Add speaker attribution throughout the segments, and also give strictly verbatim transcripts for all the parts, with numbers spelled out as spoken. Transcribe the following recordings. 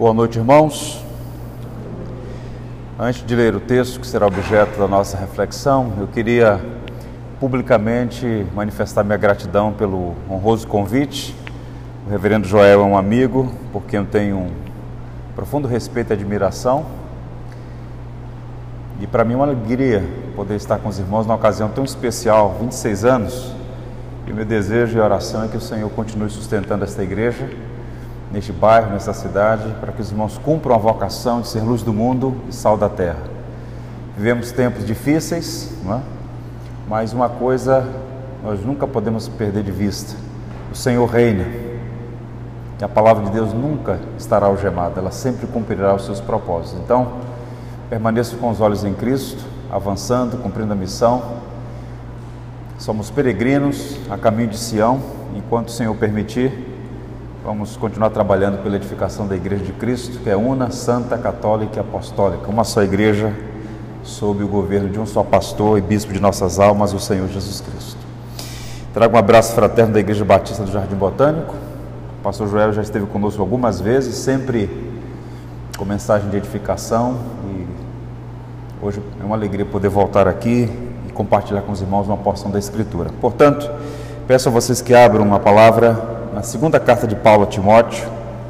Speaker 1: Boa noite, irmãos. Antes de ler o texto que será objeto da nossa reflexão, eu queria publicamente manifestar minha gratidão pelo honroso convite. O reverendo Joel é um amigo por quem eu tenho um profundo respeito e admiração. E para mim é uma alegria poder estar com os irmãos numa ocasião tão especial, vinte e seis anos. E o meu desejo e oração é que o Senhor continue sustentando esta igreja, neste bairro, nesta cidade, para que os irmãos cumpram a vocação de ser luz do mundo e sal da terra. Vivemos tempos difíceis, não é? Mas uma coisa nós nunca podemos perder de vista: o Senhor reina, e a palavra de Deus nunca estará algemada, ela sempre cumprirá os seus propósitos. Então, permaneço com os olhos em Cristo, avançando, cumprindo a missão. Somos peregrinos a caminho de Sião. Enquanto o Senhor permitir, vamos continuar trabalhando pela edificação da Igreja de Cristo, que é una, santa, católica e apostólica, uma só igreja, sob o governo de um só pastor e bispo de nossas almas, o Senhor Jesus Cristo. Trago um abraço fraterno da Igreja Batista do Jardim Botânico. O pastor Joel já esteve conosco algumas vezes, sempre com mensagem de edificação, e hoje é uma alegria poder voltar aqui e compartilhar com os irmãos uma porção da Escritura. Portanto, peço a vocês que abram uma palavra na segunda carta de Paulo a Timóteo,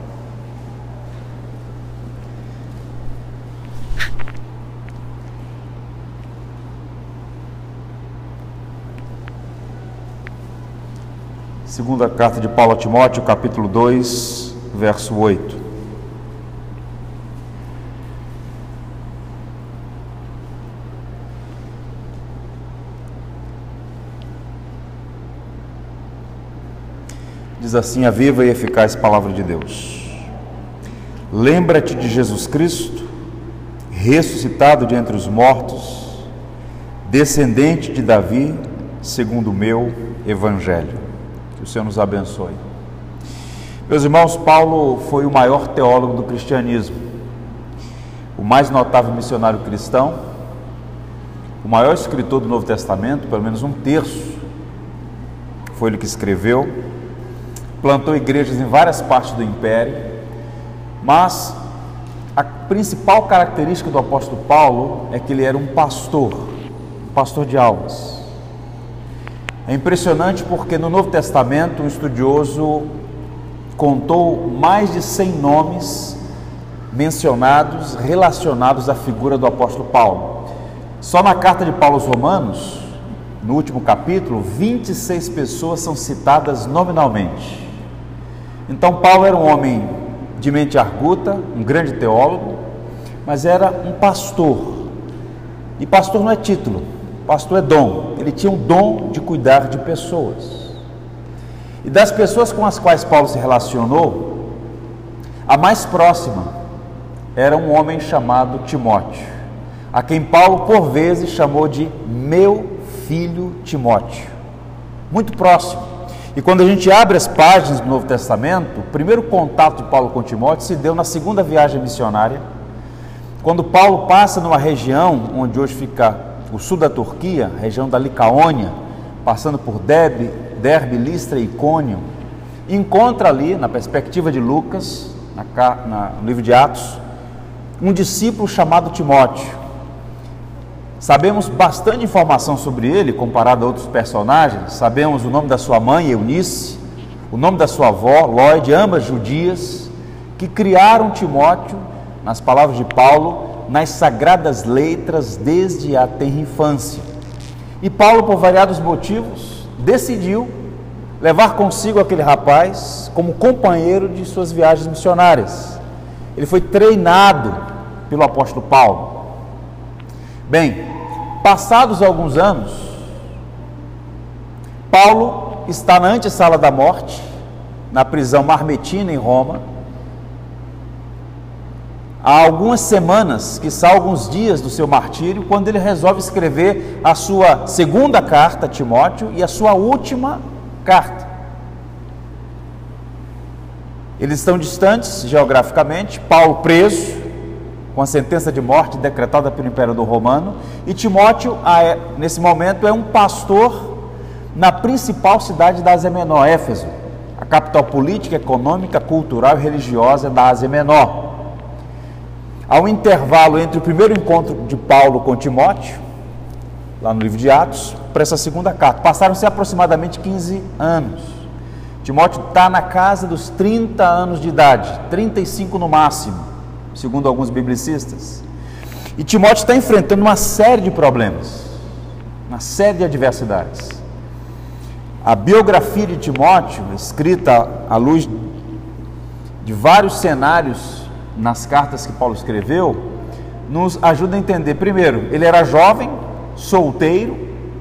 Speaker 1: segunda carta de Paulo a Timóteo, capítulo dois, verso oito. Diz assim a viva e eficaz palavra de Deus: lembra-te de Jesus Cristo, ressuscitado de entre os mortos, descendente de Davi, segundo o meu evangelho. Que o Senhor nos abençoe. Meus irmãos, Paulo foi o maior teólogo do cristianismo, o mais notável missionário cristão, o maior escritor do Novo Testamento, pelo menos um terço foi ele que escreveu. Plantou igrejas em várias partes do império, mas a principal característica do apóstolo Paulo é que ele era um pastor, um pastor de almas. É impressionante porque no Novo Testamento um estudioso contou mais de cem nomes mencionados, relacionados à figura do apóstolo Paulo. Só na carta de Paulo aos Romanos, no último capítulo, vinte e seis pessoas são citadas nominalmente. Então Paulo era um homem de mente arguta, um grande teólogo, mas era um pastor. E pastor não é título, pastor é dom. Ele tinha o dom de cuidar de pessoas. E das pessoas com as quais Paulo se relacionou, a mais próxima era um homem chamado Timóteo, a quem Paulo por vezes chamou de meu filho Timóteo, muito próximo. E quando a gente abre as páginas do Novo Testamento, o primeiro contato de Paulo com Timóteo se deu na segunda viagem missionária, quando Paulo passa numa região onde hoje fica o sul da Turquia, região da Licaônia, passando por Derbe, Derbe, Listra e Icônio, encontra ali, na perspectiva de Lucas, na, na, no livro de Atos, um discípulo chamado Timóteo. Sabemos bastante informação sobre ele, comparado a outros personagens. Sabemos o nome da sua mãe, Eunice, o nome da sua avó, Lóide, ambas judias, que criaram Timóteo, nas palavras de Paulo, nas sagradas letras desde a tenra infância. E Paulo, por variados motivos, decidiu levar consigo aquele rapaz como companheiro de suas viagens missionárias. Ele foi treinado pelo apóstolo Paulo. Bem, passados alguns anos, Paulo está na antessala da morte, na prisão Marmetina, em Roma. Há algumas semanas, quiçá alguns dias do seu martírio, quando ele resolve escrever a sua segunda carta a Timóteo e a sua última carta. Eles estão distantes geograficamente, Paulo preso, com a sentença de morte decretada pelo imperador romano, e Timóteo, nesse momento, é um pastor na principal cidade da Ásia Menor, Éfeso, a capital política, econômica, cultural e religiosa da Ásia Menor. Há um intervalo entre o primeiro encontro de Paulo com Timóteo, lá no livro de Atos, para essa segunda carta. Passaram-se aproximadamente quinze anos. Timóteo está na casa dos trinta anos de idade, trinta e cinco no máximo, segundo alguns biblicistas. E Timóteo está enfrentando uma série de problemas, uma série de adversidades. A biografia de Timóteo, escrita à luz de vários cenários nas cartas que Paulo escreveu, nos ajuda a entender. Primeiro, ele era jovem, solteiro,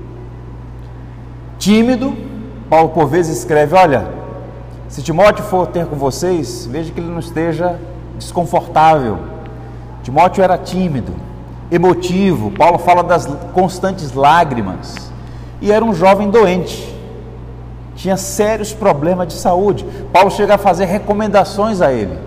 Speaker 1: tímido. Paulo por vezes escreve: olha, se Timóteo for ter com vocês, veja que ele não esteja desconfortável. Timóteo era tímido, emotivo. Paulo fala das constantes lágrimas, e era um jovem doente, tinha sérios problemas de saúde. Paulo chega a fazer recomendações a ele,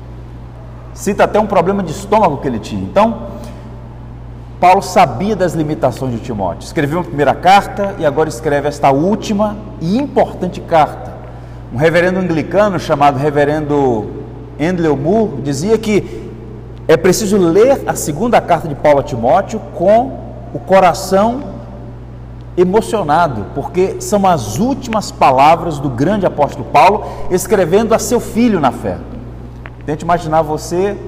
Speaker 1: cita até um problema de estômago que ele tinha. Então, Paulo sabia das limitações de Timóteo. Escreveu uma primeira carta e agora escreve esta última e importante carta. Um reverendo anglicano chamado reverendo Andrew Moore dizia que é preciso ler a segunda carta de Paulo a Timóteo com o coração emocionado, porque são as últimas palavras do grande apóstolo Paulo escrevendo a seu filho na fé. Tente imaginar você,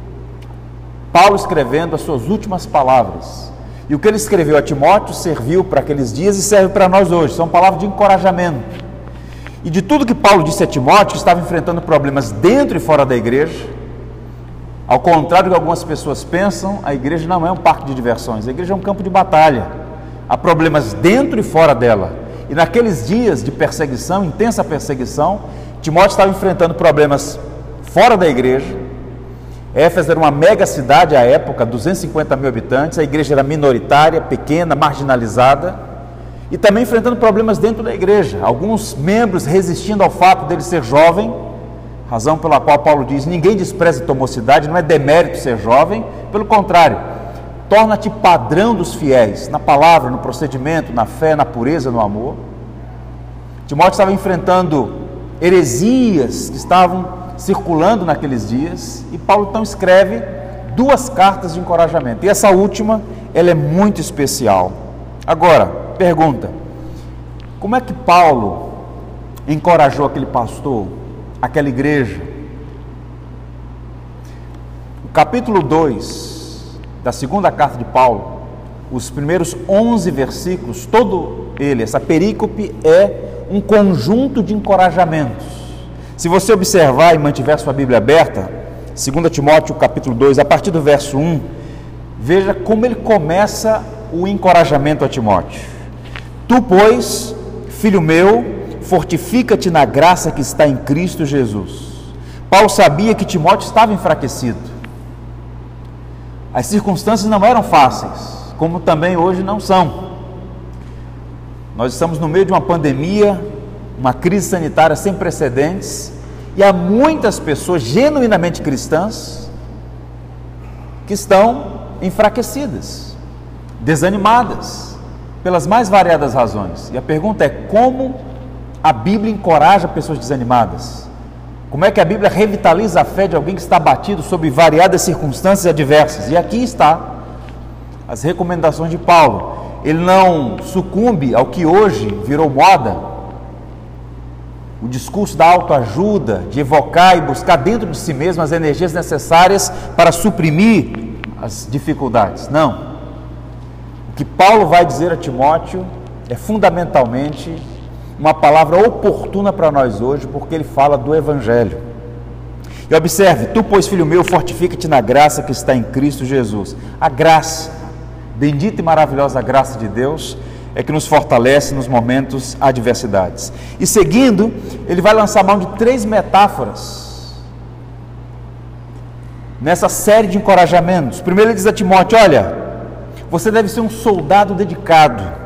Speaker 1: Paulo escrevendo as suas últimas palavras. E o que ele escreveu a Timóteo serviu para aqueles dias e serve para nós hoje. São palavras de encorajamento. E de tudo que Paulo disse a Timóteo, que estava enfrentando problemas dentro e fora da igreja, ao contrário do que algumas pessoas pensam, a igreja não é um parque de diversões, a igreja é um campo de batalha. Há problemas dentro e fora dela. E naqueles dias de perseguição, intensa perseguição, Timóteo estava enfrentando problemas fora da igreja. Éfeso era uma mega cidade à época, duzentos e cinquenta mil habitantes, a igreja era minoritária, pequena, marginalizada, e também enfrentando problemas dentro da igreja, alguns membros resistindo ao fato dele ser jovem, razão pela qual Paulo diz: ninguém despreza a tua mocidade, não é demérito ser jovem, pelo contrário, torna-te padrão dos fiéis, na palavra, no procedimento, na fé, na pureza, no amor. Timóteo estava enfrentando heresias que estavam circulando naqueles dias, e Paulo então escreve duas cartas de encorajamento, e essa última, ela é muito especial. Agora, pergunta: como é que Paulo encorajou aquele pastor, aquela igreja? O capítulo dois da segunda carta de Paulo, os primeiros onze versículos, todo ele, essa perícope, é um conjunto de encorajamentos. Se você observar e mantiver sua Bíblia aberta, dois Timóteo capítulo dois, a partir do verso um, veja como ele começa o encorajamento a Timóteo. Tu, pois, filho meu, fortifica-te na graça que está em Cristo Jesus. Paulo sabia que Timóteo estava enfraquecido. As circunstâncias não eram fáceis, como também hoje não são. Nós estamos no meio de uma pandemia, uma crise sanitária sem precedentes, e há muitas pessoas genuinamente cristãs que estão enfraquecidas, desanimadas, pelas mais variadas razões. E a pergunta é: como a Bíblia encoraja pessoas desanimadas? Como é que a Bíblia revitaliza a fé de alguém que está abatido sob variadas circunstâncias adversas? E aqui está as recomendações de Paulo. Ele não sucumbe ao que hoje virou moda, o discurso da autoajuda, de evocar e buscar dentro de si mesmo as energias necessárias para suprimir as dificuldades. Não. O que Paulo vai dizer a Timóteo é fundamentalmente uma palavra oportuna para nós hoje, porque ele fala do Evangelho. E observe: tu, pois, filho meu, fortifica-te na graça que está em Cristo Jesus. A graça, bendita e maravilhosa graça de Deus, é que nos fortalece nos momentos adversidades. E seguindo, ele vai lançar mão de três metáforas nessa série de encorajamentos. Primeiro ele diz a Timóteo: olha, você deve ser um soldado dedicado.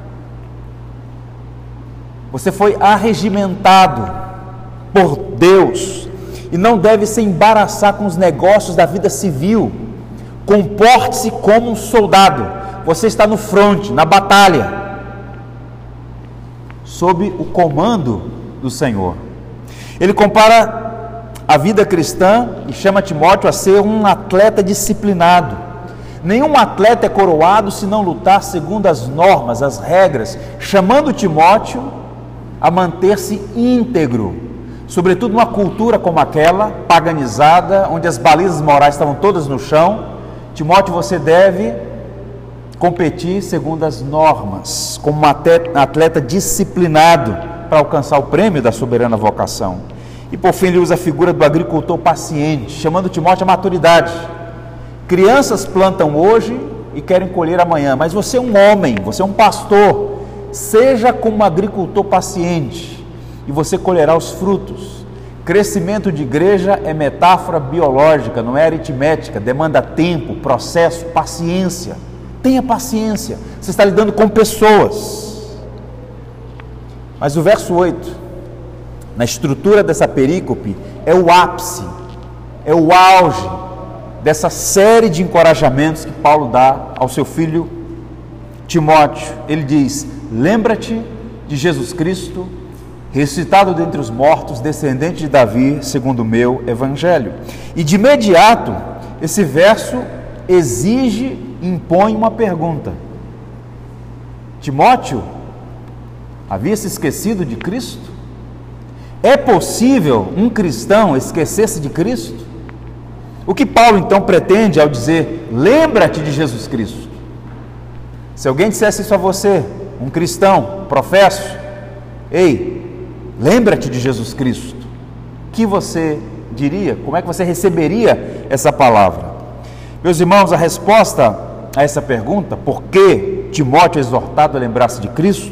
Speaker 1: Você foi arregimentado por Deus e não deve se embaraçar com os negócios da vida civil. Comporte-se como um soldado. Você está no fronte, na batalha, sob o comando do Senhor. Ele compara a a vida cristã e chama Timóteo a ser um atleta disciplinado. Nenhum atleta é coroado se não lutar segundo as normas, as regras, chamando Timóteo a manter-se íntegro, sobretudo numa cultura como aquela, paganizada, onde as balizas morais estavam todas no chão. Timóteo, você deve competir segundo as normas, como um atleta disciplinado para alcançar o prêmio da soberana vocação. E por fim ele usa a figura do agricultor paciente, chamando Timóteo à maturidade. Crianças plantam hoje e querem colher amanhã, mas você é um homem, você é um pastor, seja como um agricultor paciente e você colherá os frutos. Crescimento de igreja é metáfora biológica, não é aritmética, demanda tempo, processo, paciência. Tenha paciência, você está lidando com pessoas. Mas o verso oito, na estrutura dessa perícope, é o ápice, é o auge dessa série de encorajamentos que Paulo dá ao seu filho Timóteo. Ele diz: lembra-te de Jesus Cristo, ressuscitado dentre os mortos, descendente de Davi, segundo o meu evangelho. E de imediato, esse verso exige, impõe uma pergunta. Timóteo havia se esquecido de Cristo? É possível um cristão esquecer-se de Cristo? O que Paulo então pretende ao dizer, lembra-te de Jesus Cristo? Se alguém dissesse isso a você, um cristão, professo, ei, lembra-te de Jesus Cristo, o que você diria? Como é que você receberia essa palavra? Meus irmãos, a resposta a essa pergunta, por que Timóteo é exortado a lembrar-se de Cristo,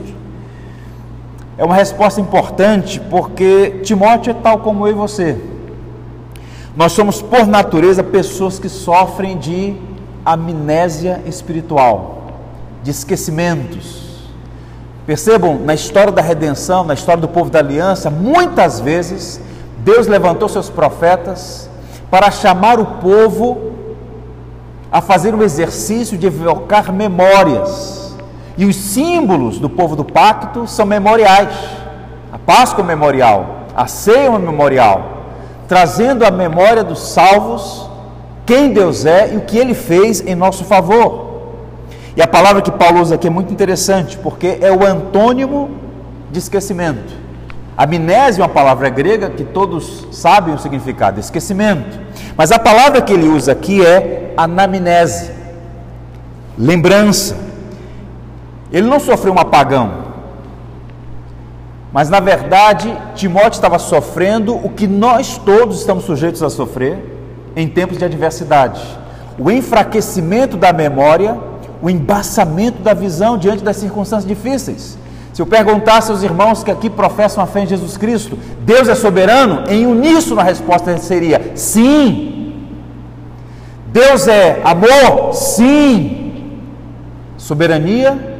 Speaker 1: é uma resposta importante, porque Timóteo é tal como eu e você. Nós somos, por natureza, pessoas que sofrem de amnésia espiritual, de esquecimentos. Percebam, na história da redenção, na história do povo da aliança, muitas vezes Deus levantou seus profetas para chamar o povo a fazer um exercício de evocar memórias. E os símbolos do povo do pacto são memoriais. A Páscoa é memorial, a ceia é um memorial, trazendo à memória dos salvos quem Deus é e o que Ele fez em nosso favor. E a palavra que Paulo usa aqui é muito interessante, porque é o antônimo de esquecimento. Amnésia é uma palavra grega que todos sabem o significado, esquecimento. Mas a palavra que ele usa aqui é anamnese, lembrança. Ele não sofreu um apagão, mas na verdade Timóteo estava sofrendo o que nós todos estamos sujeitos a sofrer em tempos de adversidade: o enfraquecimento da memória, o embaçamento da visão diante das circunstâncias difíceis. Se eu perguntasse aos irmãos que aqui professam a fé em Jesus Cristo, Deus é soberano? Em uníssono a resposta seria sim. Deus é amor? Sim. Soberania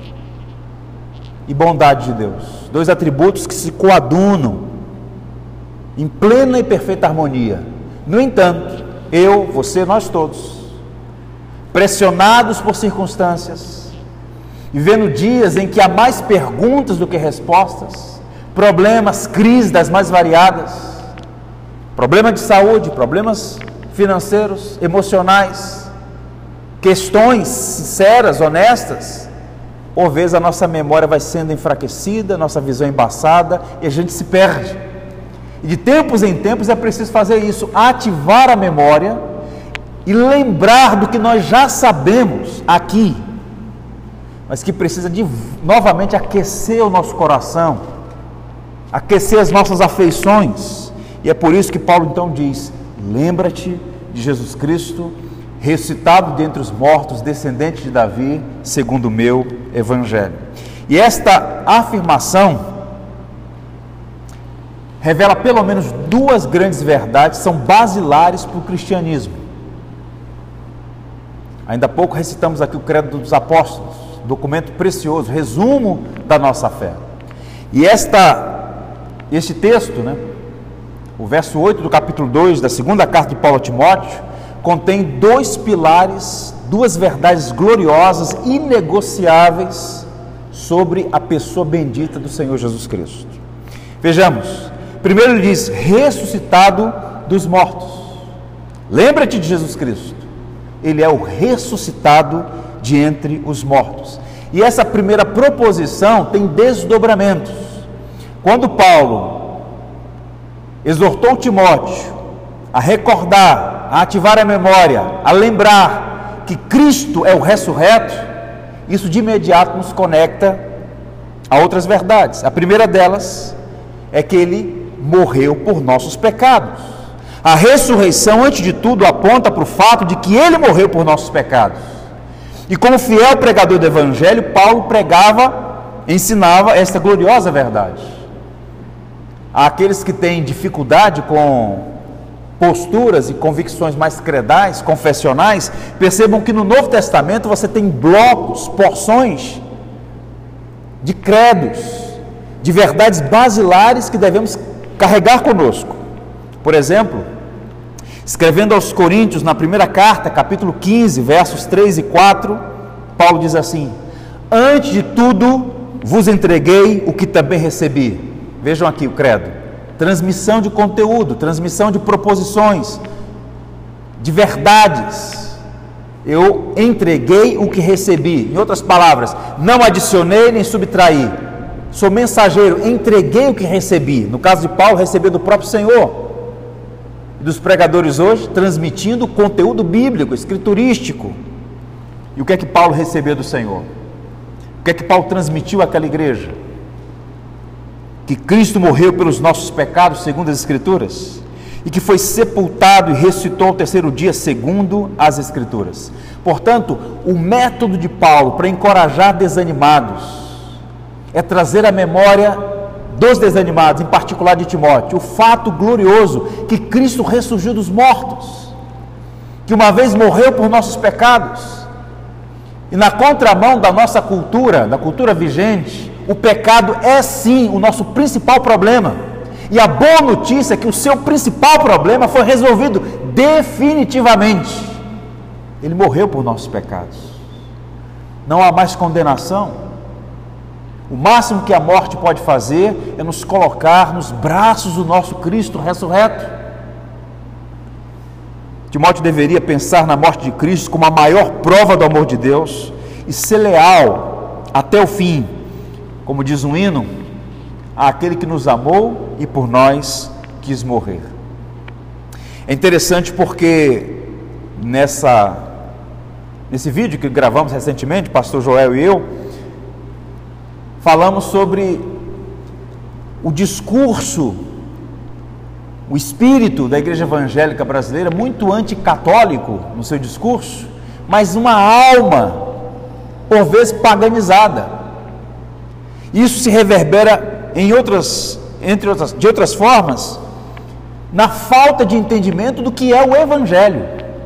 Speaker 1: e bondade de Deus, dois atributos que se coadunam em plena e perfeita harmonia. No entanto, eu, você, nós todos, pressionados por circunstâncias, vivendo dias em que há mais perguntas do que respostas, problemas, crises das mais variadas, problema de saúde, problemas financeiros, emocionais, questões sinceras, honestas, por vezes a nossa memória vai sendo enfraquecida, nossa visão embaçada e a gente se perde. E de tempos em tempos é preciso fazer isso, ativar a memória e lembrar do que nós já sabemos aqui, mas que precisa de novamente aquecer o nosso coração, aquecer as nossas afeições. E é por isso que Paulo então diz: lembra-te de Jesus Cristo, ressuscitado dentre os mortos, descendente de Davi, segundo o meu evangelho. E esta afirmação revela pelo menos duas grandes verdades, são basilares para o cristianismo. Ainda há pouco recitamos aqui o Credo dos Apóstolos, documento precioso, resumo da nossa fé. E esta, este texto, né, o verso oito do capítulo dois da segunda carta de Paulo a Timóteo, contém dois pilares, duas verdades gloriosas, inegociáveis sobre a pessoa bendita do Senhor Jesus Cristo. Vejamos, primeiro ele diz, ressuscitado dos mortos. Lembra-te de Jesus Cristo. Ele é o ressuscitado de entre os mortos. E essa primeira proposição tem desdobramentos. Quando Paulo exortou Timóteo a recordar, a ativar a memória, a lembrar que Cristo é o ressurreto, isso de imediato nos conecta a outras verdades. A primeira delas é que ele morreu por nossos pecados. A ressurreição, antes de tudo, aponta para o fato de que ele morreu por nossos pecados. E como fiel pregador do Evangelho, Paulo pregava, ensinava esta gloriosa verdade. Àqueles que têm dificuldade com posturas e convicções mais credais, confessionais, percebam que no Novo Testamento você tem blocos, porções de credos, de verdades basilares que devemos carregar conosco. Por exemplo, escrevendo aos Coríntios, na primeira carta, capítulo quinze, versos três e quatro, Paulo diz assim: antes de tudo vos entreguei o que também recebi. Vejam aqui o credo: transmissão de conteúdo, transmissão de proposições, de verdades. Eu entreguei o que recebi. Em outras palavras, não adicionei nem subtraí. Sou mensageiro, entreguei o que recebi. No caso de Paulo, recebeu do próprio Senhor. E dos pregadores hoje, transmitindo conteúdo bíblico, escriturístico. E o que é que Paulo recebeu do Senhor? O que é que Paulo transmitiu àquela igreja? Que Cristo morreu pelos nossos pecados, segundo as Escrituras, e que foi sepultado e ressuscitou ao terceiro dia, segundo as Escrituras. Portanto, o método de Paulo para encorajar desanimados é trazer à memória dos desanimados, em particular de Timóteo, o fato glorioso que Cristo ressurgiu dos mortos, que uma vez morreu por nossos pecados. E na contramão da nossa cultura, da cultura vigente, o pecado é sim o nosso principal problema. E a boa notícia é que o seu principal problema foi resolvido definitivamente. Ele morreu por nossos pecados. Não há mais condenação. O máximo que a morte pode fazer é nos colocar nos braços do nosso Cristo ressurreto. Timóteo deveria pensar na morte de Cristo como a maior prova do amor de Deus e ser leal até o fim, como diz um hino, àquele que nos amou e por nós quis morrer. É interessante porque nessa, nesse vídeo que gravamos recentemente, pastor Joel e eu, falamos sobre o discurso, o espírito da igreja evangélica brasileira, muito anticatólico no seu discurso, mas uma alma, por vezes, paganizada. Isso se reverbera em outras, entre outras, de outras formas, na falta de entendimento do que é o Evangelho.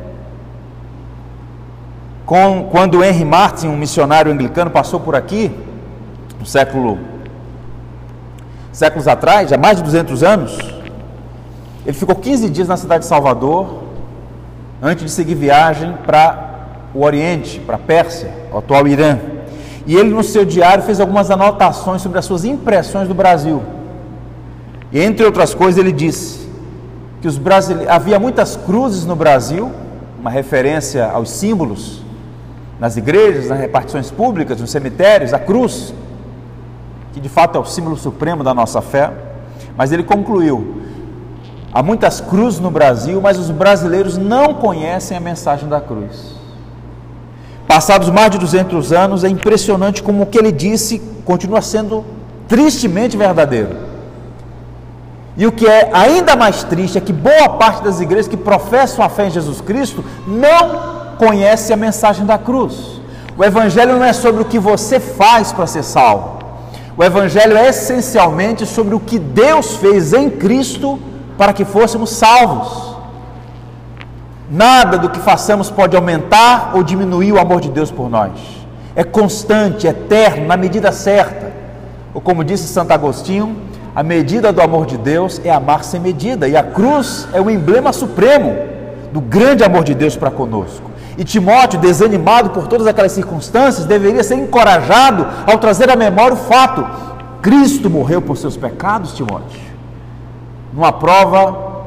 Speaker 1: Com, quando Henry Martin, um missionário anglicano, passou por aqui, no século, séculos atrás, há mais de duzentos anos, ele ficou quinze dias na cidade de Salvador, antes de seguir viagem para o Oriente, para a Pérsia, o atual Irã. E ele, no seu diário, fez algumas anotações sobre as suas impressões do Brasil. E, entre outras coisas, ele disse que os brasileiros, havia muitas cruzes no Brasil, uma referência aos símbolos nas igrejas, nas repartições públicas, nos cemitérios, a cruz, que de fato é o símbolo supremo da nossa fé. Mas ele concluiu: há muitas cruzes no Brasil, mas os brasileiros não conhecem a mensagem da cruz. Passados mais de duzentos anos, é impressionante como o que ele disse continua sendo tristemente verdadeiro. E o que é ainda mais triste é que boa parte das igrejas que professam a fé em Jesus Cristo não conhece a mensagem da cruz. O Evangelho não é sobre o que você faz para ser salvo. O Evangelho é essencialmente sobre o que Deus fez em Cristo para que fôssemos salvos. Nada do que façamos pode aumentar ou diminuir o amor de Deus por nós. É constante, eterno, na medida certa. Ou como disse Santo Agostinho, a medida do amor de Deus é amar sem medida. E a cruz é o emblema supremo do grande amor de Deus para conosco. E Timóteo, desanimado por todas aquelas circunstâncias, deveria ser encorajado ao trazer à memória o fato: Cristo morreu por seus pecados, Timóteo, numa prova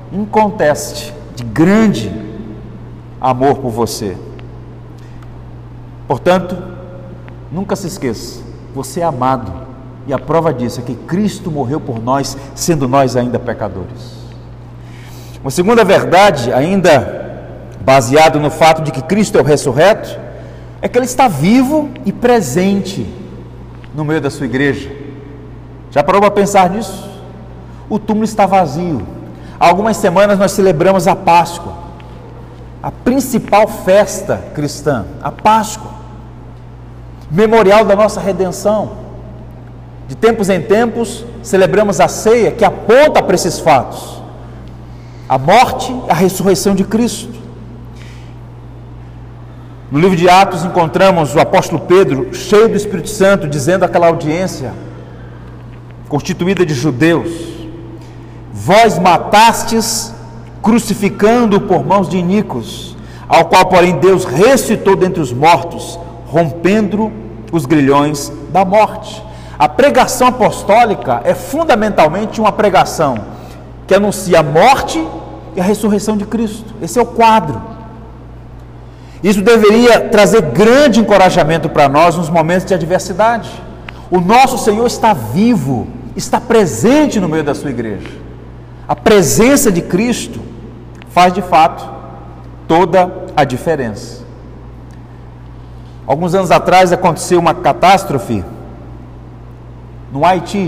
Speaker 1: inconteste, de grande amor por você. Portanto, nunca se esqueça, você é amado, e a prova disso é que Cristo morreu por nós, sendo nós ainda pecadores. Uma segunda verdade, ainda baseado no fato de que Cristo é o ressurreto, é que Ele está vivo e presente no meio da sua igreja. Já parou para pensar nisso? O túmulo está vazio. Há algumas semanas nós celebramos a Páscoa, a principal festa cristã, a Páscoa, memorial da nossa redenção. De tempos em tempos celebramos a ceia que aponta para esses fatos: a morte e a ressurreição de Cristo. No livro de Atos encontramos o apóstolo Pedro, cheio do Espírito Santo, dizendo àquela audiência constituída de judeus: vós matastes, crucificando-o por mãos de iníquos, ao qual, porém, Deus ressuscitou dentre os mortos, rompendo os grilhões da morte. A pregação apostólica é fundamentalmente uma pregação que anuncia a morte e a ressurreição de Cristo. Esse é o quadro. Isso deveria trazer grande encorajamento para nós nos momentos de adversidade. O nosso Senhor está vivo, está presente no meio da sua igreja. A presença de Cristo faz de fato toda a diferença. Alguns anos atrás aconteceu uma catástrofe no Haiti.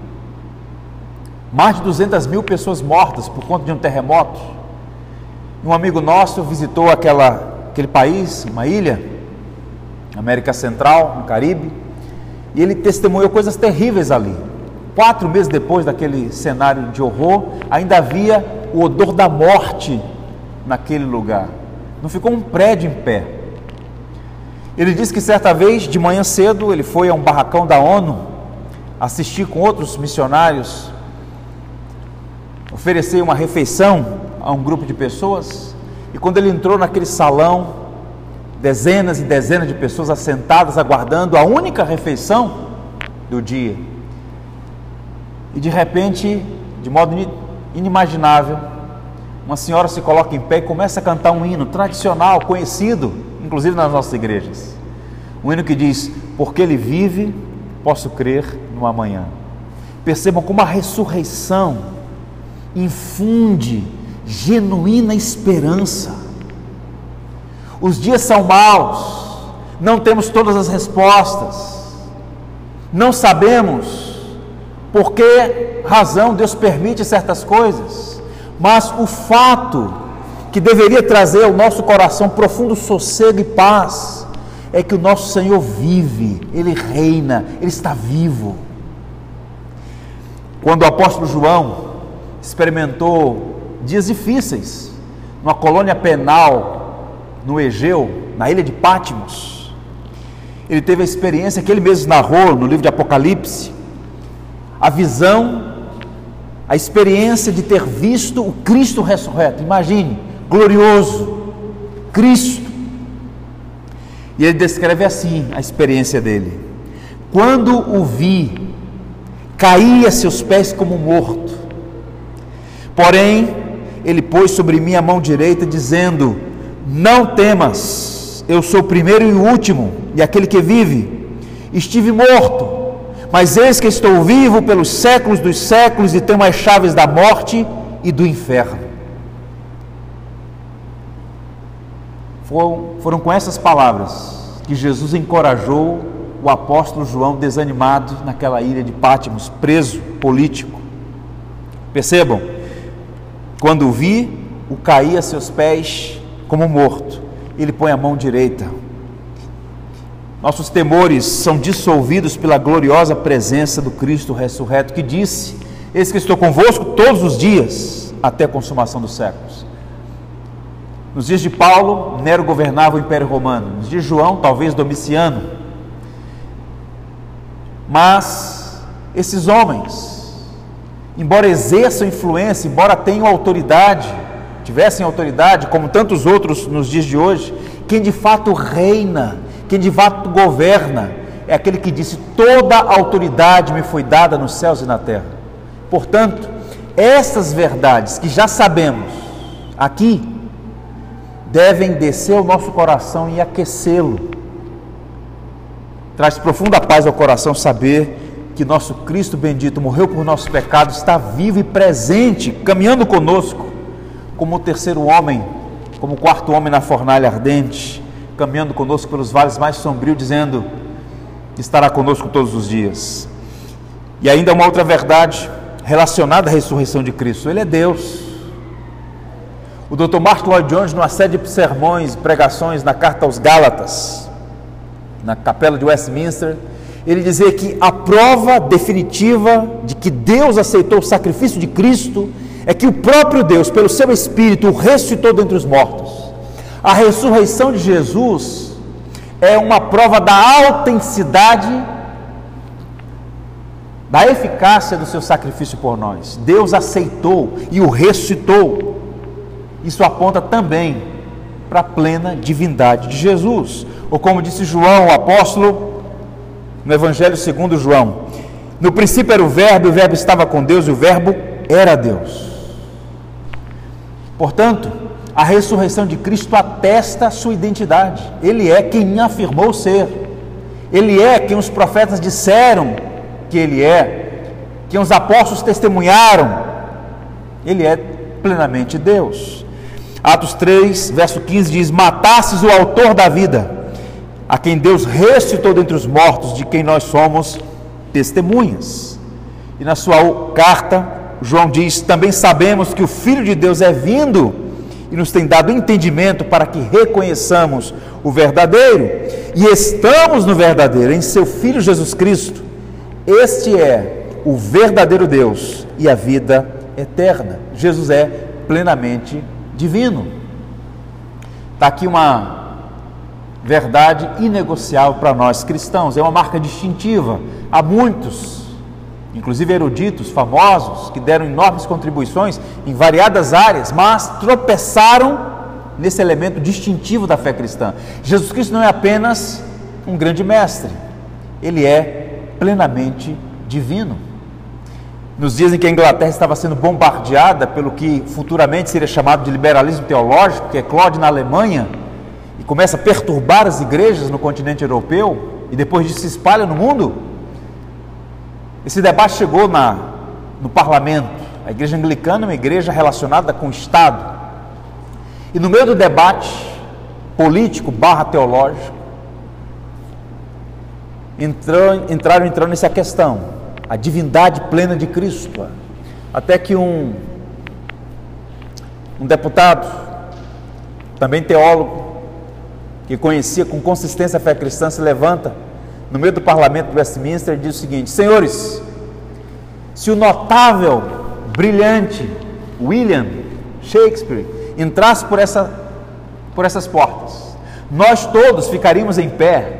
Speaker 1: Mais de duzentas mil pessoas mortas por conta de um terremoto. Um amigo nosso visitou aquela, aquele país, uma ilha, América Central, no Caribe, e ele testemunhou coisas terríveis ali. Quatro meses depois daquele cenário de horror, ainda havia o odor da morte naquele lugar. Não ficou um prédio em pé. Ele disse que certa vez, de manhã cedo, ele foi a um barracão da ONU assistir com outros missionários, oferecer uma refeição a um grupo de pessoas, e quando ele entrou naquele salão, dezenas e dezenas de pessoas assentadas aguardando a única refeição do dia, e de repente, de modo inimaginável, uma senhora se coloca em pé e começa a cantar um hino tradicional, conhecido, inclusive nas nossas igrejas, um hino que diz: porque Ele vive, posso crer no amanhã. Percebam como a ressurreição infunde genuína esperança. Os dias são maus, não temos todas as respostas, não sabemos por que razão Deus permite certas coisas, mas o fato que deveria trazer ao nosso coração profundo sossego e paz é que o nosso Senhor vive, Ele reina, Ele está vivo. Quando o apóstolo João experimentou dias difíceis numa colônia penal no Egeu, na ilha de Patmos, ele teve a experiência que ele mesmo narrou no livro de Apocalipse, a visão, a experiência de ter visto o Cristo ressurreto. Imagine, glorioso, Cristo. E ele descreve assim a experiência dele: quando o vi, caí a seus pés como morto, porém ele pôs sobre mim a mão direita, dizendo: não temas, eu sou o primeiro e o último, e aquele que vive. Estive morto, mas eis que estou vivo pelos séculos dos séculos, e tenho as chaves da morte e do inferno. Foram, foram com essas palavras que Jesus encorajou o apóstolo João, desanimado naquela ilha de Patmos, preso político. Percebam, quando o vi, o caí a seus pés como morto, ele põe a mão direita. Nossos temores são dissolvidos pela gloriosa presença do Cristo ressurreto, que disse: eis que estou convosco todos os dias, até a consumação dos séculos. Nos dias de Paulo, Nero governava o Império Romano. Nos dias de João, talvez Domiciano. Mas esses homens, embora exerçam influência, embora tenham autoridade, tivessem autoridade, como tantos outros nos dias de hoje, quem de fato reina, quem de fato governa, é aquele que disse: toda a autoridade me foi dada nos céus e na terra. Portanto, essas verdades que já sabemos aqui devem descer ao nosso coração e aquecê-lo. Traz profunda paz ao coração saber que nosso Cristo bendito morreu por nossos pecados, está vivo e presente, caminhando conosco, como o terceiro homem, como o quarto homem na fornalha ardente, caminhando conosco pelos vales mais sombrios, dizendo que estará conosco todos os dias. E ainda uma outra verdade relacionada à ressurreição de Cristo: Ele é Deus. O doutor Martin Lloyd-Jones, numa série de sermões, pregações na carta aos Gálatas, na capela de Westminster, ele dizia que a prova definitiva de que Deus aceitou o sacrifício de Cristo é que o próprio Deus, pelo seu Espírito, o ressuscitou dentre os mortos. A ressurreição de Jesus é uma prova da autenticidade, da eficácia do seu sacrifício por nós. Deus aceitou e o ressuscitou. Isso aponta também para a plena divindade de Jesus. Ou como disse João, o apóstolo, no Evangelho segundo João: no princípio era o Verbo, e o Verbo estava com Deus, e o Verbo era Deus. Portanto, a ressurreição de Cristo atesta a sua identidade. Ele é quem afirmou ser. Ele é quem os profetas disseram que Ele é, quem os apóstolos testemunharam. Ele é plenamente Deus. Atos três, verso quinze diz: matasses o autor da vida, a quem Deus ressuscitou dentre os mortos, de quem nós somos testemunhas. E na sua carta, João diz: também sabemos que o Filho de Deus é vindo e nos tem dado entendimento para que reconheçamos o verdadeiro, e estamos no verdadeiro, em seu Filho Jesus Cristo. Este é o verdadeiro Deus e a vida eterna. Jesus é plenamente divino. Está aqui uma verdade inegociável para nós cristãos, é uma marca distintiva. Há muitos, inclusive eruditos famosos, que deram enormes contribuições em variadas áreas, mas tropeçaram nesse elemento distintivo da fé cristã. Jesus Cristo não é apenas um grande mestre, Ele é plenamente divino. Nos dias em que a Inglaterra estava sendo bombardeada pelo que futuramente seria chamado de liberalismo teológico, que eclode na Alemanha e começa a perturbar as igrejas no continente europeu, e depois disso se espalha no mundo, esse debate chegou na, no parlamento. A igreja anglicana é uma igreja relacionada com o Estado, e no meio do debate político barra teológico, entrou, entraram entrando nessa questão, a divindade plena de Cristo, até que um, um deputado, também teólogo, que conhecia com consistência a fé cristã, se levanta no meio do parlamento de Westminster e diz o seguinte: senhores, se o notável, brilhante William Shakespeare entrasse por, essa, por essas portas, nós todos ficaríamos em pé,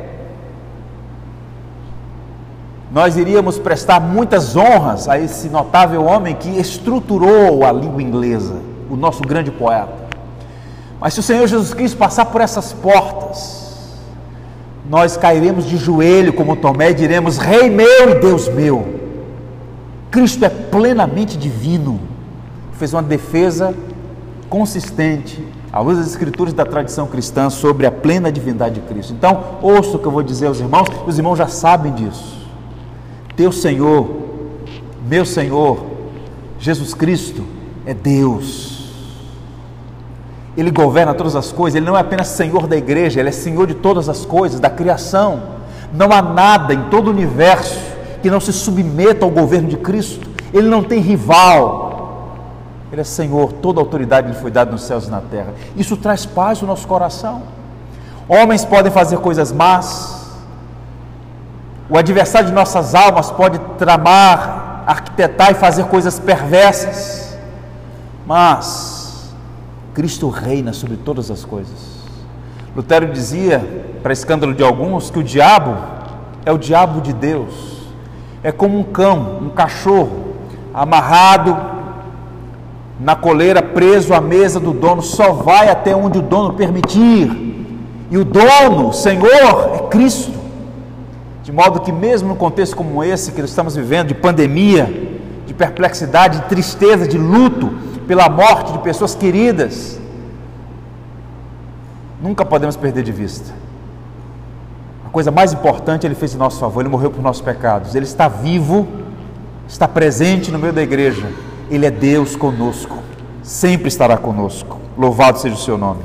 Speaker 1: nós iríamos prestar muitas honras a esse notável homem que estruturou a língua inglesa, o nosso grande poeta. Mas se o Senhor Jesus Cristo passar por essas portas, nós cairemos de joelho como Tomé e diremos: Rei meu e Deus meu. Cristo é plenamente divino. Fez uma defesa consistente, à luz das Escrituras e da tradição cristã, sobre a plena divindade de Cristo. Então, ouça o que eu vou dizer aos irmãos, os irmãos já sabem disso. Teu Senhor, meu Senhor, Jesus Cristo é Deus. Ele governa todas as coisas. Ele não é apenas Senhor da igreja, Ele é Senhor de todas as coisas, da criação. Não há nada em todo o universo que não se submeta ao governo de Cristo. Ele não tem rival. Ele é Senhor, toda a autoridade lhe foi dada nos céus e na terra. Isso traz paz no nosso coração. Homens podem fazer coisas más, o adversário de nossas almas pode tramar, arquitetar e fazer coisas perversas, mas Cristo reina sobre todas as coisas. Lutero dizia, para escândalo de alguns, que o diabo é o diabo de Deus. É como um cão, um cachorro, amarrado na coleira, preso à mesa do dono, só vai até onde o dono permitir. E o dono, o Senhor, é Cristo. De modo que mesmo num contexto como esse que estamos vivendo, de pandemia, de perplexidade, de tristeza, de luto pela morte de pessoas queridas. Nunca podemos perder de vista. A coisa mais importante Ele fez em nosso favor, Ele morreu por nossos pecados. Ele está vivo, está presente no meio da igreja. Ele é Deus conosco, sempre estará conosco. Louvado seja o seu nome.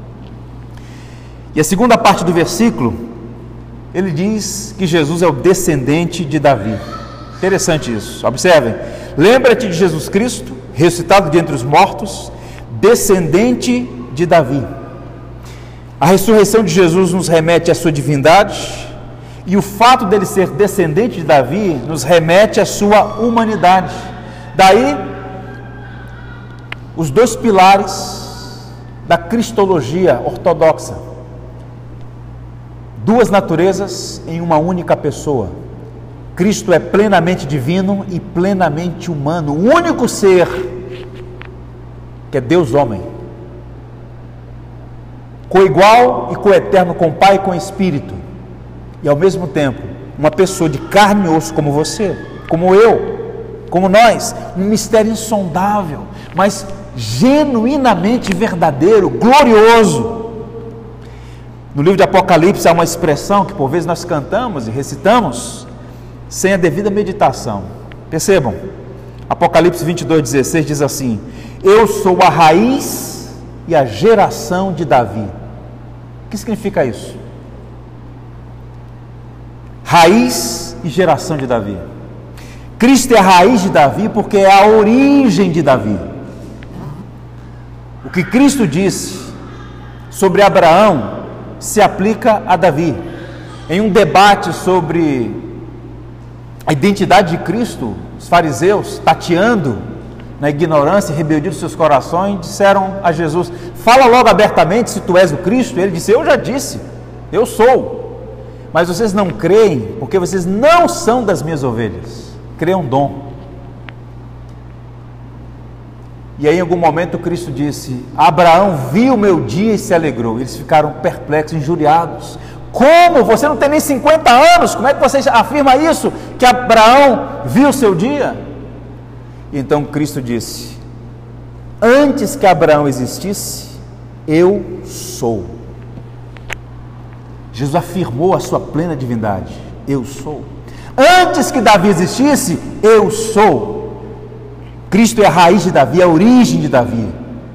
Speaker 1: E a segunda parte do versículo, ele diz que Jesus é o descendente de Davi. Interessante isso, observem. Lembra-te de Jesus Cristo, ressuscitado de entre os mortos, descendente de Davi. A ressurreição de Jesus nos remete à sua divindade, e o fato dele ser descendente de Davi nos remete à sua humanidade. Daí, os dois pilares da cristologia ortodoxa: duas naturezas em uma única pessoa. Cristo é plenamente divino e plenamente humano, o único ser que é Deus homem, coigual e coeterno com o Pai e com o Espírito, e ao mesmo tempo uma pessoa de carne e osso como você, como eu, como nós, um mistério insondável, mas genuinamente verdadeiro, glorioso. No livro de Apocalipse há uma expressão que por vezes nós cantamos e recitamos sem a devida meditação. Percebam, Apocalipse vinte e dois, dezesseis diz assim: eu sou a raiz e a geração de Davi. O que significa isso? Raiz e geração de Davi. Cristo é a raiz de Davi porque é a origem de Davi. O que Cristo disse sobre Abraão se aplica a Davi. Em um debate sobre a identidade de Cristo, os fariseus, tateando na ignorância e rebeldia dos seus corações, disseram a Jesus: fala logo abertamente se tu és o Cristo. E ele disse: eu já disse, eu sou, mas vocês não creem porque vocês não são das minhas ovelhas. Creiam dom. E aí em algum momento Cristo disse: Abraão viu o meu dia e se alegrou. Eles ficaram perplexos, injuriados. Como? Você não tem nem cinquenta anos, como é que você afirma isso? Que Abraão viu o seu dia? E então Cristo disse: antes que Abraão existisse, eu sou. Jesus afirmou a sua plena divindade: eu sou. Antes que Davi existisse, eu sou. Cristo é a raiz de Davi, a origem de Davi.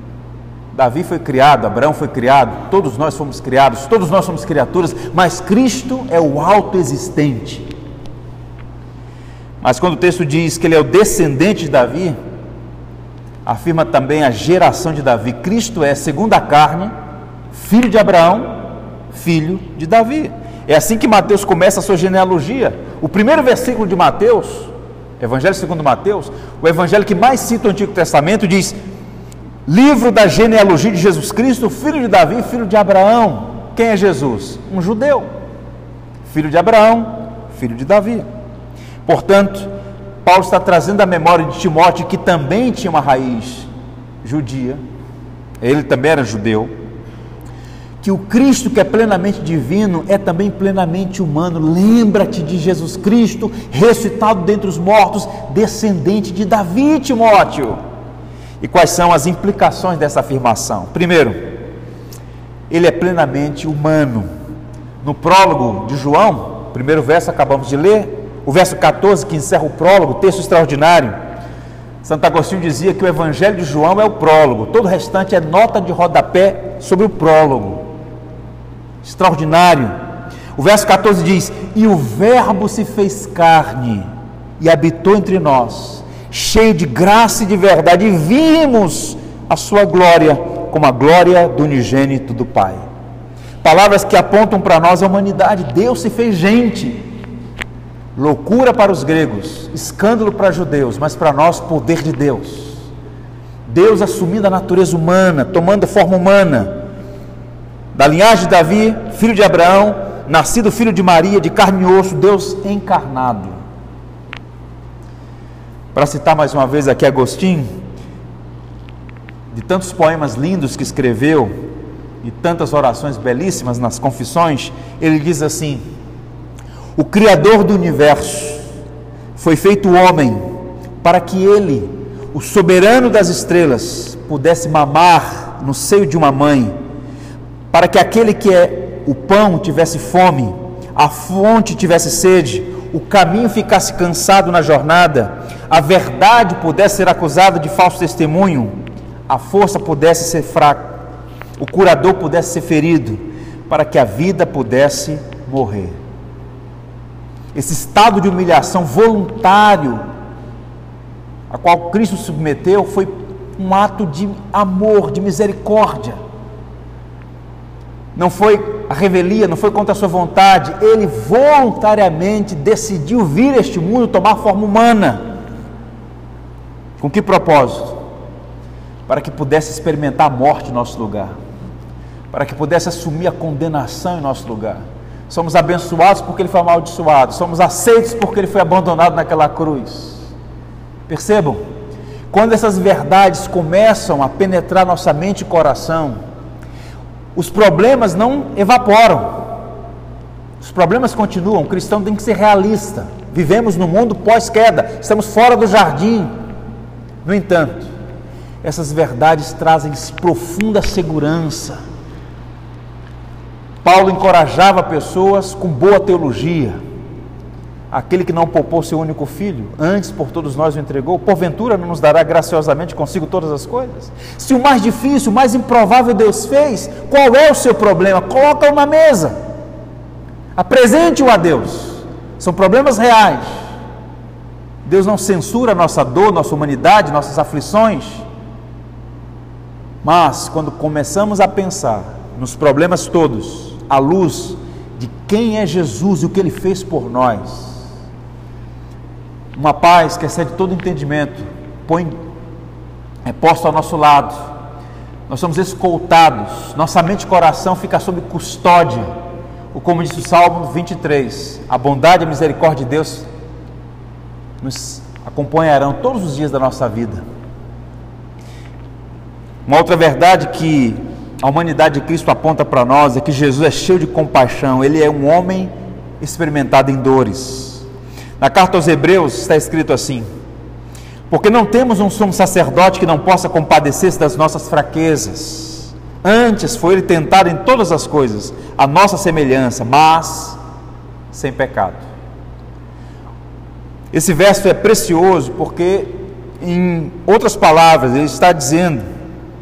Speaker 1: Davi foi criado, Abraão foi criado, todos nós fomos criados, todos nós somos criaturas, mas Cristo é o autoexistente. Mas quando o texto diz que ele é o descendente de Davi, afirma também a geração de Davi. Cristo é, segundo a carne, filho de Abraão, filho de Davi. É assim que Mateus começa a sua genealogia. O primeiro versículo de Mateus, Evangelho segundo Mateus, o evangelho que mais cita o Antigo Testamento, diz: livro da genealogia de Jesus Cristo, filho de Davi, filho de Abraão. Quem é Jesus? Um judeu, filho de Abraão, filho de Davi. Portanto, Paulo está trazendo a memória de Timóteo, que também tinha uma raiz judia, ele também era judeu, que o Cristo que é plenamente divino é também plenamente humano. Lembra-te de Jesus Cristo, ressuscitado dentre os mortos, descendente de Davi, Timóteo. E quais são as implicações dessa afirmação? Primeiro, ele é plenamente humano. No prólogo de João, primeiro verso acabamos de ler, o verso catorze que encerra o prólogo, texto extraordinário. Santo Agostinho dizia que o evangelho de João é o prólogo, todo o restante é nota de rodapé sobre o prólogo. Extraordinário. O verso catorze diz: e o verbo se fez carne e habitou entre nós, cheio de graça e de verdade, e vimos a sua glória como a glória do unigênito do Pai. Palavras que apontam para nós a humanidade. Deus se fez gente. Loucura para os gregos, escândalo para os judeus, mas para nós, poder de Deus. Deus assumindo a natureza humana, tomando a forma humana, da linhagem de Davi, filho de Abraão, nascido filho de Maria, de carne e osso, Deus encarnado. Para citar mais uma vez aqui Agostinho, de tantos poemas lindos que escreveu e tantas orações belíssimas nas confissões, ele diz assim: o Criador do universo foi feito homem para que ele, o soberano das estrelas, pudesse mamar no seio de uma mãe, para que aquele que é o pão tivesse fome, a fonte tivesse sede, o caminho ficasse cansado na jornada, a verdade pudesse ser acusada de falso testemunho, a força pudesse ser fraca, o curador pudesse ser ferido, para que a vida pudesse morrer. Esse estado de humilhação voluntário a qual Cristo submeteu foi um ato de amor, de misericórdia. Não foi a revelia, não foi contra a sua vontade. Ele voluntariamente decidiu vir a este mundo tomar forma humana. Com que propósito? Para que pudesse experimentar a morte em nosso lugar, para que pudesse assumir a condenação em nosso lugar. Somos abençoados porque ele foi amaldiçoado, somos aceitos porque ele foi abandonado naquela cruz. Percebam, quando essas verdades começam a penetrar nossa mente e coração, os problemas não evaporam, os problemas continuam. O cristão tem que ser realista. Vivemos no mundo pós-queda, estamos fora do jardim. No entanto, essas verdades trazem profunda segurança. Paulo encorajava pessoas com boa teologia. Aquele que não poupou seu único filho, antes por todos nós o entregou, porventura não nos dará graciosamente consigo todas as coisas? Se o mais difícil, o mais improvável Deus fez, qual é o seu problema? Coloca-o na mesa, apresente-o a Deus. São problemas reais. Deus não censura a nossa dor, nossa humanidade, nossas aflições. Mas quando começamos a pensar nos problemas todos, à luz de quem é Jesus e o que Ele fez por nós, uma paz que excede todo entendimento põe, é posto ao nosso lado. Nós somos escoltados, nossa mente e coração fica sob custódia. Ou como diz o Salmo vinte e três, a bondade e a misericórdia de Deus nos acompanharão todos os dias da nossa vida. Uma outra verdade que a humanidade de Cristo aponta para nós é que Jesus é cheio de compaixão. Ele é um homem experimentado em dores. Na carta aos Hebreus está escrito assim: porque não temos um sumo sacerdote que não possa compadecer-se das nossas fraquezas. Antes foi ele tentado em todas as coisas, a nossa semelhança, mas sem pecado. Esse verso é precioso porque, em outras palavras, ele está dizendo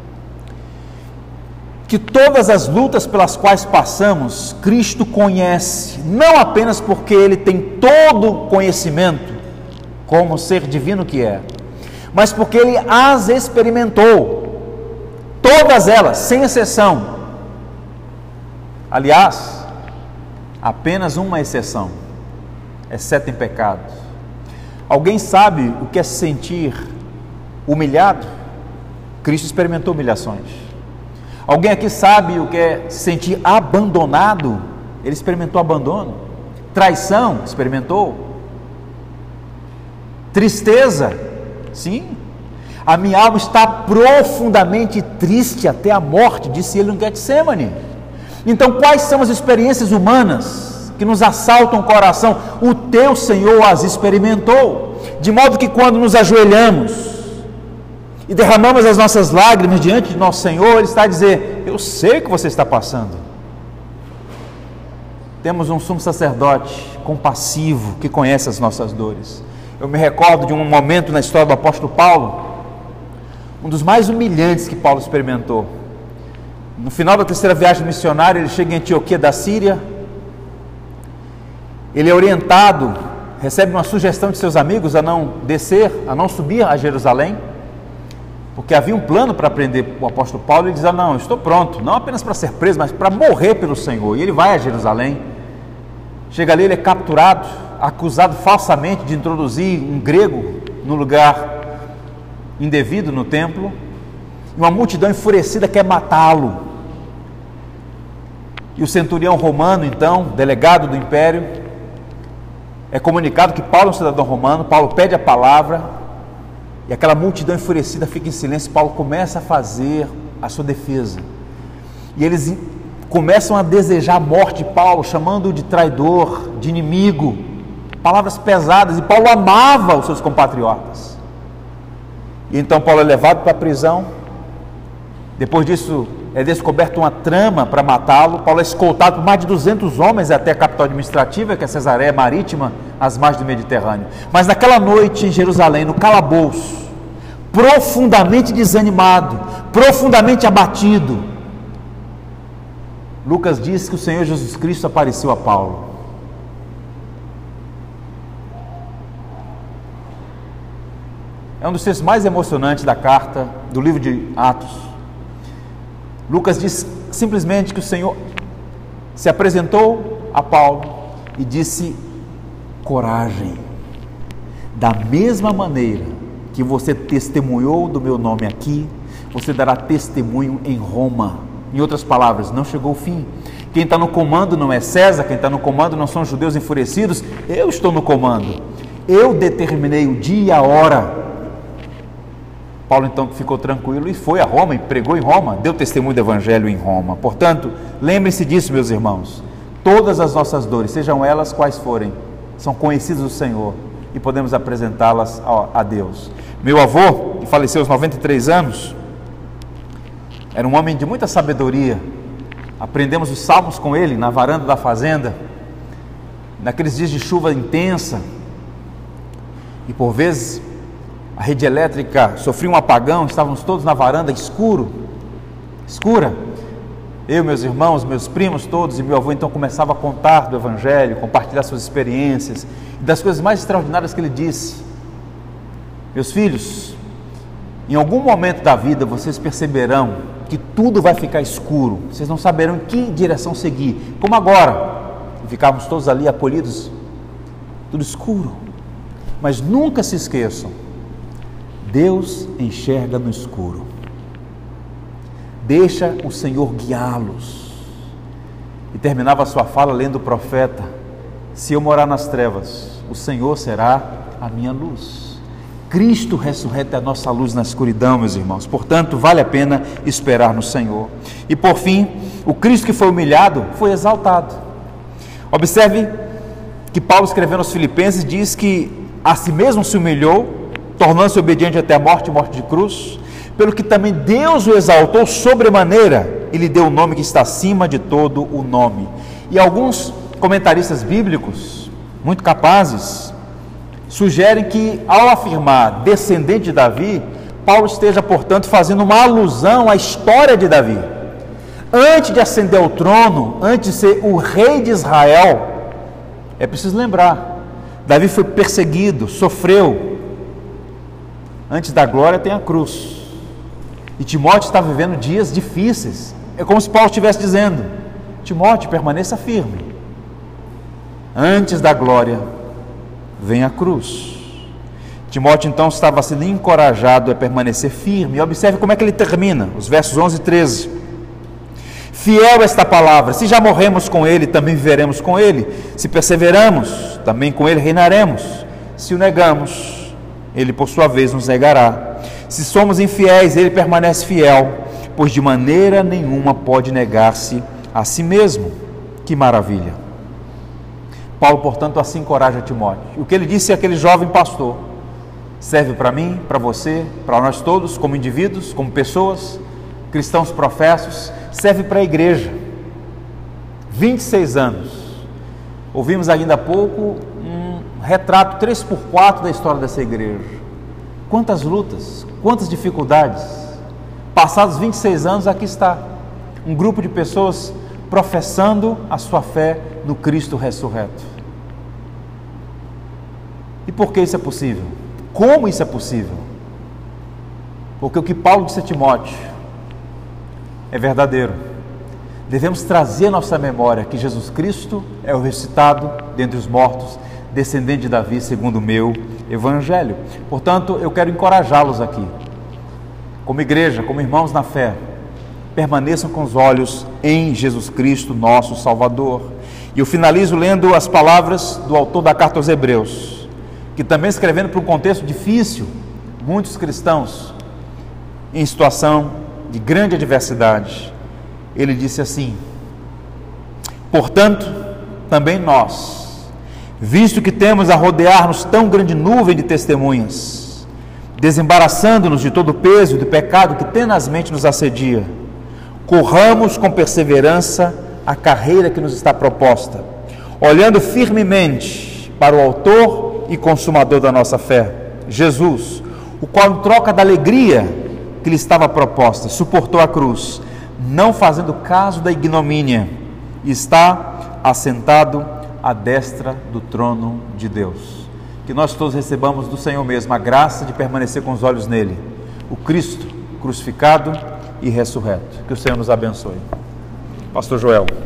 Speaker 1: que todas as lutas pelas quais passamos, Cristo conhece, não apenas porque Ele tem todo o conhecimento, como ser divino que é, mas porque Ele as experimentou, todas elas, sem exceção. Aliás, apenas uma exceção, exceto em pecado. Alguém sabe o que é se sentir humilhado? Cristo experimentou humilhações. Alguém aqui sabe o que é se sentir abandonado? Ele experimentou abandono. Traição? Experimentou. Tristeza? Sim. A minha alma está profundamente triste até a morte, disse ele no Getsemane. Então, quais são as experiências humanas que nos assaltam o coração? O teu Senhor as experimentou, de modo que quando nos ajoelhamos e derramamos as nossas lágrimas diante de nosso Senhor, Ele está a dizer: eu sei o que você está passando. Temos um sumo sacerdote compassivo que conhece as nossas dores. Eu me recordo de um momento na história do apóstolo Paulo, um dos mais humilhantes que Paulo experimentou. No final da terceira viagem missionária, ele chega em Antioquia da Síria. Ele é orientado, recebe uma sugestão de seus amigos a não descer, a não subir a Jerusalém, porque havia um plano para prender o apóstolo Paulo. Ele diz: ah, não, eu estou pronto, não apenas para ser preso, mas para morrer pelo Senhor. E ele vai a Jerusalém, chega ali, ele é capturado, acusado falsamente de introduzir um grego no lugar indevido no templo, e uma multidão enfurecida quer matá-lo. E o centurião romano, então, delegado do império, é comunicado que Paulo é um cidadão romano. Paulo pede a palavra, e aquela multidão enfurecida fica em silêncio. Paulo começa a fazer a sua defesa, e eles começam a desejar a morte de Paulo, chamando-o de traidor, de inimigo, palavras pesadas. E Paulo amava os seus compatriotas, E então Paulo é levado para a prisão. Depois disso é descoberta uma trama para matá-lo. Paulo é escoltado por mais de duzentos homens até a capital administrativa, que é Cesareia Marítima, às margens do Mediterrâneo. Mas naquela noite em Jerusalém, no calabouço, profundamente desanimado, profundamente abatido, Lucas diz que o Senhor Jesus Cristo apareceu a Paulo. É um dos textos mais emocionantes da carta, do livro de Atos. Lucas diz simplesmente que o Senhor se apresentou a Paulo e disse: coragem, da mesma maneira que você testemunhou do meu nome aqui, você dará testemunho em Roma. Em outras palavras, não chegou o fim. Quem está no comando não é César, quem está no comando não são os judeus enfurecidos, eu estou no comando. Eu determinei o dia e a hora. Paulo então ficou tranquilo e foi a Roma e pregou em Roma, deu testemunho do Evangelho em Roma. Portanto, lembre-se disso, meus irmãos. Todas as nossas dores, sejam elas quais forem, são conhecidas do Senhor e podemos apresentá-las a Deus. Meu avô, que faleceu aos noventa e três anos, era um homem de muita sabedoria. Aprendemos os salmos com ele na varanda da fazenda, naqueles dias de chuva intensa, e por vezes a rede elétrica sofria um apagão, estávamos todos na varanda, escuro, escura. Eu, meus irmãos, meus primos todos, e meu avô então começava a contar do Evangelho, compartilhar suas experiências, e das coisas mais extraordinárias que ele disse: meus filhos, em algum momento da vida vocês perceberão que tudo vai ficar escuro, vocês não saberão em que direção seguir, como agora, e ficávamos todos ali acolhidos, tudo escuro. Mas nunca se esqueçam, Deus enxerga no escuro. Deixa o Senhor guiá-los. E terminava a sua fala lendo o profeta: se eu morar nas trevas, o Senhor será a minha luz. Cristo ressurreto é a nossa luz na escuridão, meus irmãos. Portanto, vale a pena esperar no Senhor. E por fim, o Cristo que foi humilhado foi exaltado. Observe que Paulo, escrevendo aos Filipenses, diz que a si mesmo se humilhou, tornando-se obediente até a morte, morte de cruz, pelo que também Deus o exaltou sobremaneira e lhe deu o nome que está acima de todo o nome. E alguns comentaristas bíblicos, muito capazes, sugerem que, ao afirmar descendente de Davi, Paulo esteja, portanto, fazendo uma alusão à história de Davi. Antes de ascender ao trono, antes de ser o rei de Israel, é preciso lembrar, Davi foi perseguido, sofreu. Antes da glória tem a cruz. E Timóteo está vivendo dias difíceis. É como se Paulo estivesse dizendo: Timóteo, permaneça firme. Antes da glória vem a cruz. Timóteo então estava sendo encorajado a permanecer firme. E observe como é que ele termina, os versos onze e treze. Fiel esta palavra: se já morremos com ele, também viveremos com ele. Se perseveramos, também com ele reinaremos. Se o negamos, ele por sua vez nos negará. Se somos infiéis, ele permanece fiel, pois de maneira nenhuma pode negar-se a si mesmo. Que maravilha! Paulo, portanto, assim encoraja Timóteo. O que ele disse àquele jovem pastor serve para mim, para você, para nós todos, como indivíduos, como pessoas, cristãos professos, serve para a igreja. vinte e seis anos. Ouvimos ainda há pouco um retrato três por quatro da história dessa igreja. Quantas lutas, quantas dificuldades. Passados vinte e seis anos, aqui está um grupo de pessoas professando a sua fé no Cristo ressurreto. E por que isso é possível? Como isso é possível? Porque o que Paulo disse a Timóteo é verdadeiro. Devemos trazer à nossa memória que Jesus Cristo é o ressuscitado dentre os mortos, descendente de Davi, segundo o meu Evangelho. Portanto, eu quero encorajá-los aqui, como igreja, como irmãos na fé, permaneçam com os olhos em Jesus Cristo, nosso Salvador. E eu finalizo lendo as palavras do autor da carta aos Hebreus, que também escrevendo para um contexto difícil, muitos cristãos em situação de grande adversidade, ele disse assim: portanto, também nós, visto que temos a rodear-nos tão grande nuvem de testemunhas, desembaraçando-nos de todo o peso e do pecado que tenazmente nos assedia, corramos com perseverança a carreira que nos está proposta, olhando firmemente para o autor e consumador da nossa fé, Jesus, o qual, em troca da alegria que lhe estava proposta, suportou a cruz, não fazendo caso da ignomínia, e está assentado à destra do trono de Deus. Que nós todos recebamos do Senhor mesmo a graça de permanecer com os olhos nele, o Cristo crucificado e ressurreto. Que o Senhor nos abençoe. Pastor Joel.